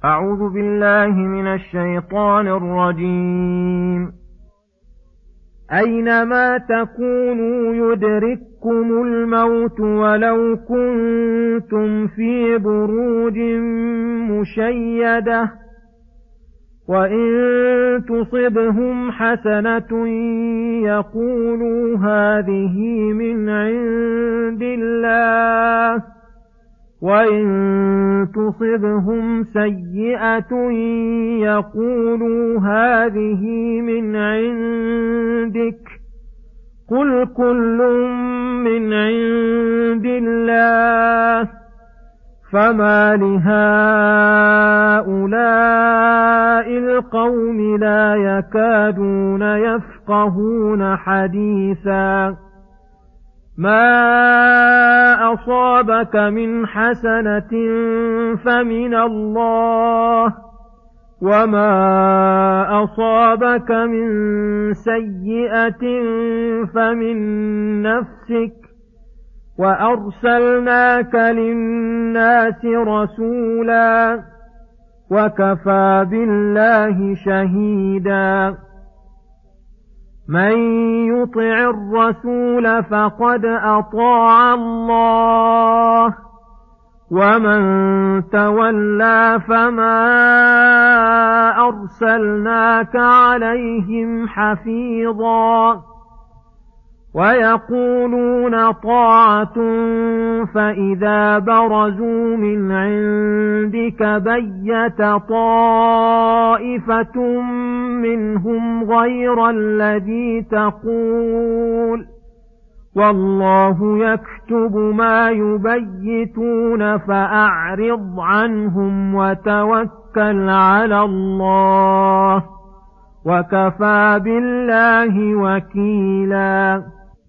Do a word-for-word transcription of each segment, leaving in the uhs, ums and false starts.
أعوذ بالله من الشيطان الرجيم. أينما تكونوا يدرككم الموت ولو كنتم في بروج مشيدة وإن تصبهم حسنة يقولوا هذه من عند الله وإن تصبهم سيئة يقولوا هذه من عندك قل كل من عند الله فما لهؤلاء القوم لا يكادون يفقهون حديثا ما أصابك من حسنة فمن الله وما أصابك من سيئة فمن نفسك وأرسلناك للناس رسولا وكفى بالله شهيدا من يطع الرسول فقد أطاع الله ومن تولى فما أرسلناك عليهم حفيظا ويقولون طاعة فإذا برزوا من عندك بيت طائفة منهم غير الذي تقول والله يكتب ما يبيتون فأعرض عنهم وتوكل على الله وكفى بالله وكيلا.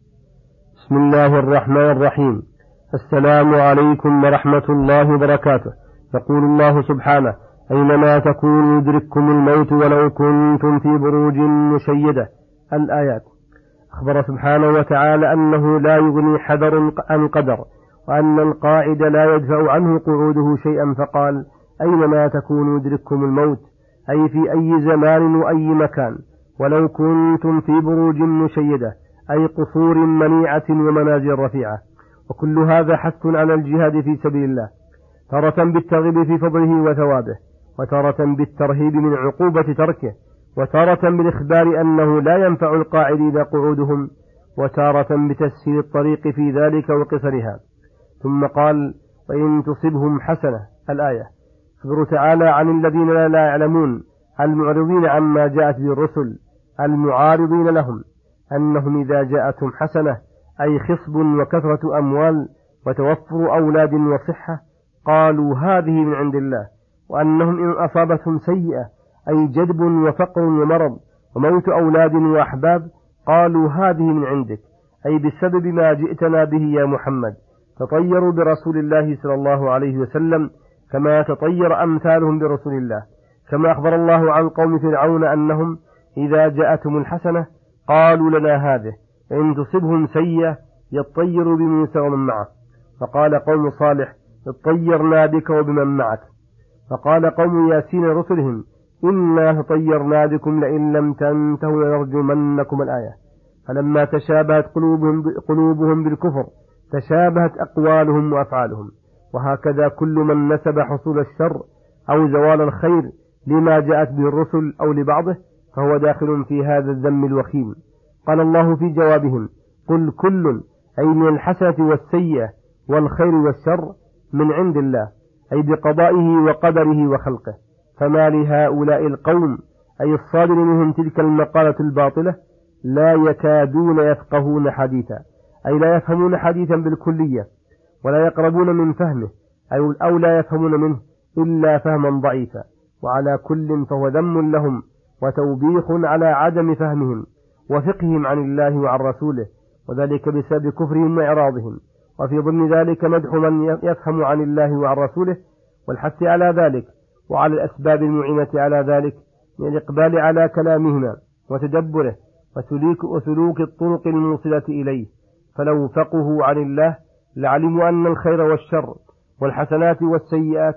بسم الله الرحمن الرحيم. السلام عليكم ورحمة الله وبركاته. يقول الله سبحانه: أينما تكونوا يدرككم الموت ولو كنتم في بروج مشيدة. الآيات. أخبر سبحانه وتعالى أنه لا يغني حذر عن قدر، وأن القاعد لا يدفع عنه قعوده شيئا، فقال: أينما تكونوا يدرككم الموت، أي في أي زمان وأي مكان، ولو كنتم في بروج مشيدة، أي قصور منيعة ومنازل رفيعة. وكل هذا حث على الجهاد في سبيل الله، تارة بالترغيب في فضله وثوابه، وتارة بالترهيب من عقوبة تركه، وتارة بالإخبار أنه لا ينفع القاعدين قعودهم، وتارة بتسهيل الطريق في ذلك وقصرها. ثم قال: وإن تصبهم حسنة. الآية. يخبر تعالى عن الذين لا يعلمون المعرضين عما جاءت به الرسل المعارضين لهم، أنهم إذا جاءتهم حسنة، أي خصب وكثرة أموال وتوفر أولاد وصحة، قالوا هذه من عند الله، وأنهم إن أصابتهم سيئة، أي جدب وفقر ومرض وموت أولاد وأحباب، قالوا هذه من عندك، أي بسبب ما جئتنا به يا محمد. تطيروا برسول الله صلى الله عليه وسلم كما تطير أمثالهم برسول الله. كما أخبر الله عن قوم فرعون أنهم إذا جاءتهم الحسنة قالوا لنا هذه، إن تصبهم سيئة يطيروا بموسى ومن معه. فقال قوم صالح: اطيرنا بك وبمن معك. فقال قوم ياسين رسلهم: إنا تطيرنا بكم لئن لم تنتهوا لنرجمنكم. الآية. فلما تشابهت قلوبهم, قلوبهم بالكفر تشابهت أقوالهم وأفعالهم. وهكذا كل من نسب حصول الشر أو زوال الخير لما جاءت به الرسل أو لبعضه فهو داخل في هذا الذم الوخيم. قال الله في جوابهم: قل كل، أي من الحسنة والسيئة والخير والشر، من عند الله، أي بقضائه وقدره وخلقه. فما لهؤلاء القوم، أي الصادر منهم تلك المقالة الباطلة، لا يكادون يفقهون حديثا، أي لا يفهمون حديثا بالكلية، ولا يقربون من فهمه، أو لا يفهمون منه إلا فهما ضعيفا. وعلى كل فهو ذم لهم وتوبيخ على عدم فهمهم وفقههم عن الله وعن رسوله، وذلك بسبب كفرهم وإعراضهم. وفي ضمن ذلك مدح من يفهم عن الله وعن رسوله، والحث على ذلك، وعلى الأسباب المعينة على ذلك من الإقبال على كلامهما وتدبره وسلوك, وسلوك الطرق الموصلة إليه. فلو فقهوا عن الله لعلموا أن الخير والشر والحسنات والسيئات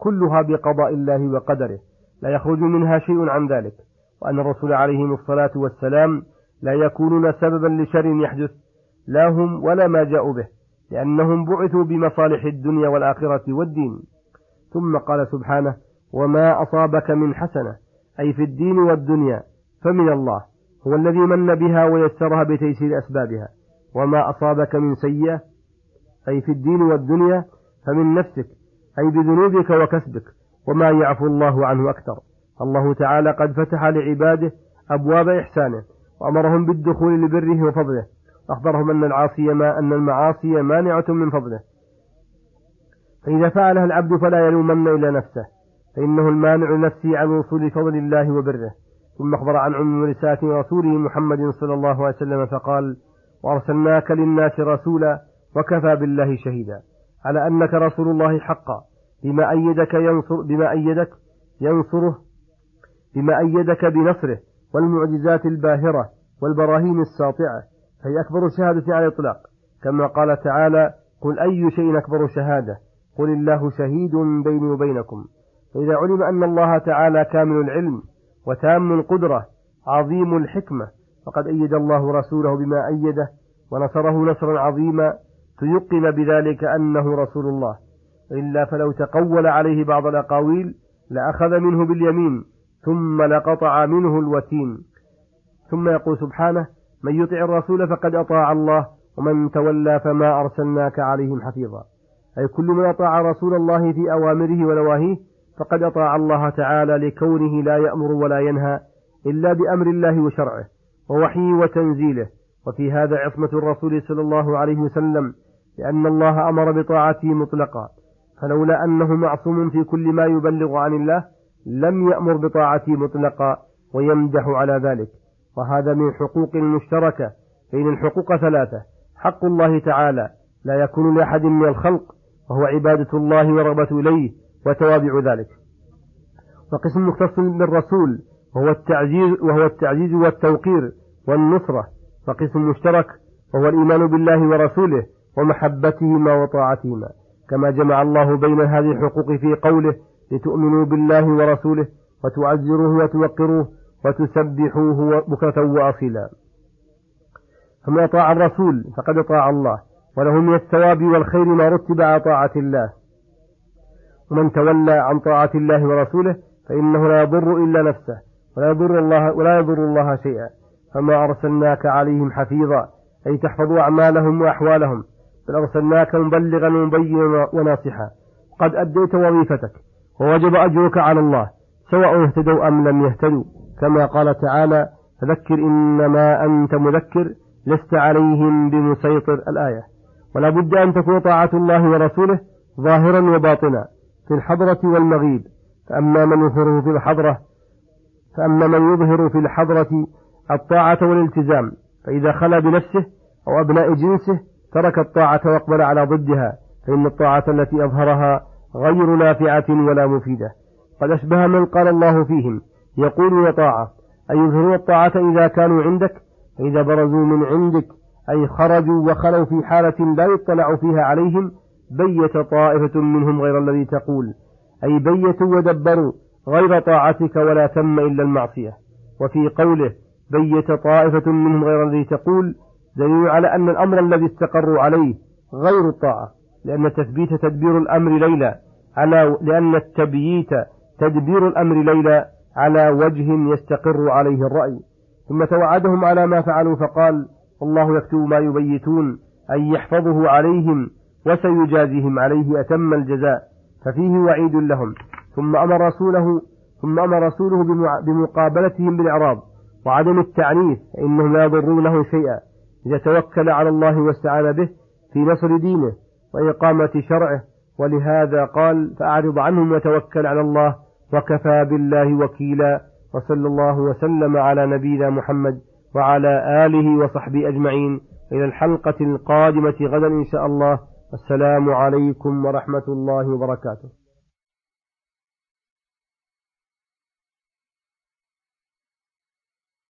كلها بقضاء الله وقدره لا يخرج منها شيء عن ذلك، وأن الرسول عليهم الصلاة والسلام لا يكونون سببا لشر يحدث لا هم ولا ما جاءوا به، لأنهم بعثوا بمصالح الدنيا والآخرة والدين. ثم قال سبحانه: وما أصابك من حسنة أي في الدين والدنيا فمن الله، هو الذي من بها ويسرها بتيسير أسبابها. وما أصابك من سيئة أي في الدين والدنيا فمن نفسك أي بذنوبك وكسبك، وما يعفو الله عنه أكثر. الله تعالى قد فتح لعباده أبواب إحسانه وأمرهم بالدخول لبره وفضله، أخبرهم أن العاصي ما أن المعاصي مانعة من فضله، فإذا فعلها العبد فلا يلومن إلا نفسه، فإنه المانع لنفسه عن وصول فضل الله وبره. ثم أخبر عن عموم رسالة رسوله محمد صلى الله عليه وسلم فقال: وأرسلناك للناس رسولا وكفى بالله شهيدا، على أنك رسول الله حقا، بما أيدك ينصر بما أيدك ينصره بما أيدك بنصره والمعجزات الباهرة والبراهين الساطعة، فهي أكبر شهادة على الإطلاق، كما قال تعالى: قل أي شيء أكبر شهادة قل الله شهيد بيني وبينكم. فإذا علم أن الله تعالى كامل العلم وتام القدرة عظيم الحكمة، فقد أيد الله رسوله بما أيده ونصره نصرا عظيما، تيقن بذلك أنه رسول الله، إلا فلو تقول عليه بعض الأقاويل لأخذ منه باليمين ثم لقطع منه الوتين. ثم يقول سبحانه: من يطع الرسول فقد أطاع الله ومن تولى فما أرسلناك عليهم حفيظا، أي كل من أطاع رسول الله في أوامره ونواهيه فقد أطاع الله تعالى، لكونه لا يأمر ولا ينهى إلا بأمر الله وشرعه ووحيه وتنزيله. وفي هذا عصمة الرسول صلى الله عليه وسلم، لأن الله أمر بطاعته مطلقا، فلولا أنه معصوم في كل ما يبلغ عن الله لم يأمر بطاعته مطلقا ويمدح على ذلك. وهذا من حقوق المشتركة، فإن الحقوق ثلاثة: حق الله تعالى لا يكون لأحد من الخلق، وهو عبادة الله ورغبة إليه وتوابع ذلك، وقسم مختص بالرسول وهو التعزيز, وهو التعزيز والتوقير والنصرة، وقسم مشترك وهو الإيمان بالله ورسوله ومحبتهما وطاعتهما، كما جمع الله بين هذه الحقوق في قوله: لتؤمنوا بالله ورسوله وتعزروه وتوقروه وتسبحوه بكرة وأصيلا. فمن أطاع الرسول فقد أطاع الله، وله من الثواب والخير ما رتب على طاعة الله. ومن تولى عن طاعة الله ورسوله فإنه لا يضر إلا نفسه ولا يضر الله, ولا يضر الله شيئا. فما أرسلناك عليهم حفيظا أي تحفظ أعمالهم وأحوالهم، بل أرسلناك مبلغا ومبينا وناصحا، قد أديت وظيفتك ووجب أجرك على الله، سواء اهتدوا أم لم يهتدوا، كما قال تعالى: فذكر إنما أنت مذكر لست عليهم بمسيطر، الآية. ولا بد أن تكون طاعة الله ورسوله ظاهرا وباطنا في الحضرة والمغيب، فأما من يظهره في الحضرة فأما من يظهر في الحضرة الطاعة والالتزام، فإذا خلا بنفسه أو أبناء جنسه ترك الطاعة واقبل على ضدها، فإن الطاعة التي أظهرها غير نافعة ولا مفيدة. قد أشبه من قال الله فيهم يقولون طاعة، أي يظهرون الطاعة إذا كانوا عندك، فإذا برزوا من عندك أي خرجوا وخلوا في حالة لا يطلع فيها عليهم بيت طائفة منهم غير الذي تقول، أي بيتوا ودبروا غير طاعتك ولا تم إلا المعصية. وفي قوله بيت طائفة منهم غير الذي تقول دليل على أن الأمر الذي استقروا عليه غير الطاعة، لأن التثبيت تدبير الأمر ليلى على لأن التبييت تدبير الأمر ليلى على وجه يستقر عليه الرأي. ثم توعدهم على ما فعلوا فقال: الله يكتب ما يبيتون، أي يحفظه عليهم وسيجازيهم عليه أتم الجزاء، ففيه وعيد لهم. ثم أمر رسوله ثم أمر رسوله بمقابلتهم بالإعراض وعدم التعنيف، فإنهم لا يضرونه شيئا إذا توكل على الله واستعان به في نصر دينه وإقامة شرعه. ولهذا قال: فأعرض عنهم وتوكل على الله وكفى بالله وكيلا. وصلى الله وسلم على نبينا محمد وعلى آله وصحبه أجمعين. إلى الحلقة القادمة غدا إن شاء الله. السلام عليكم ورحمة الله وبركاته.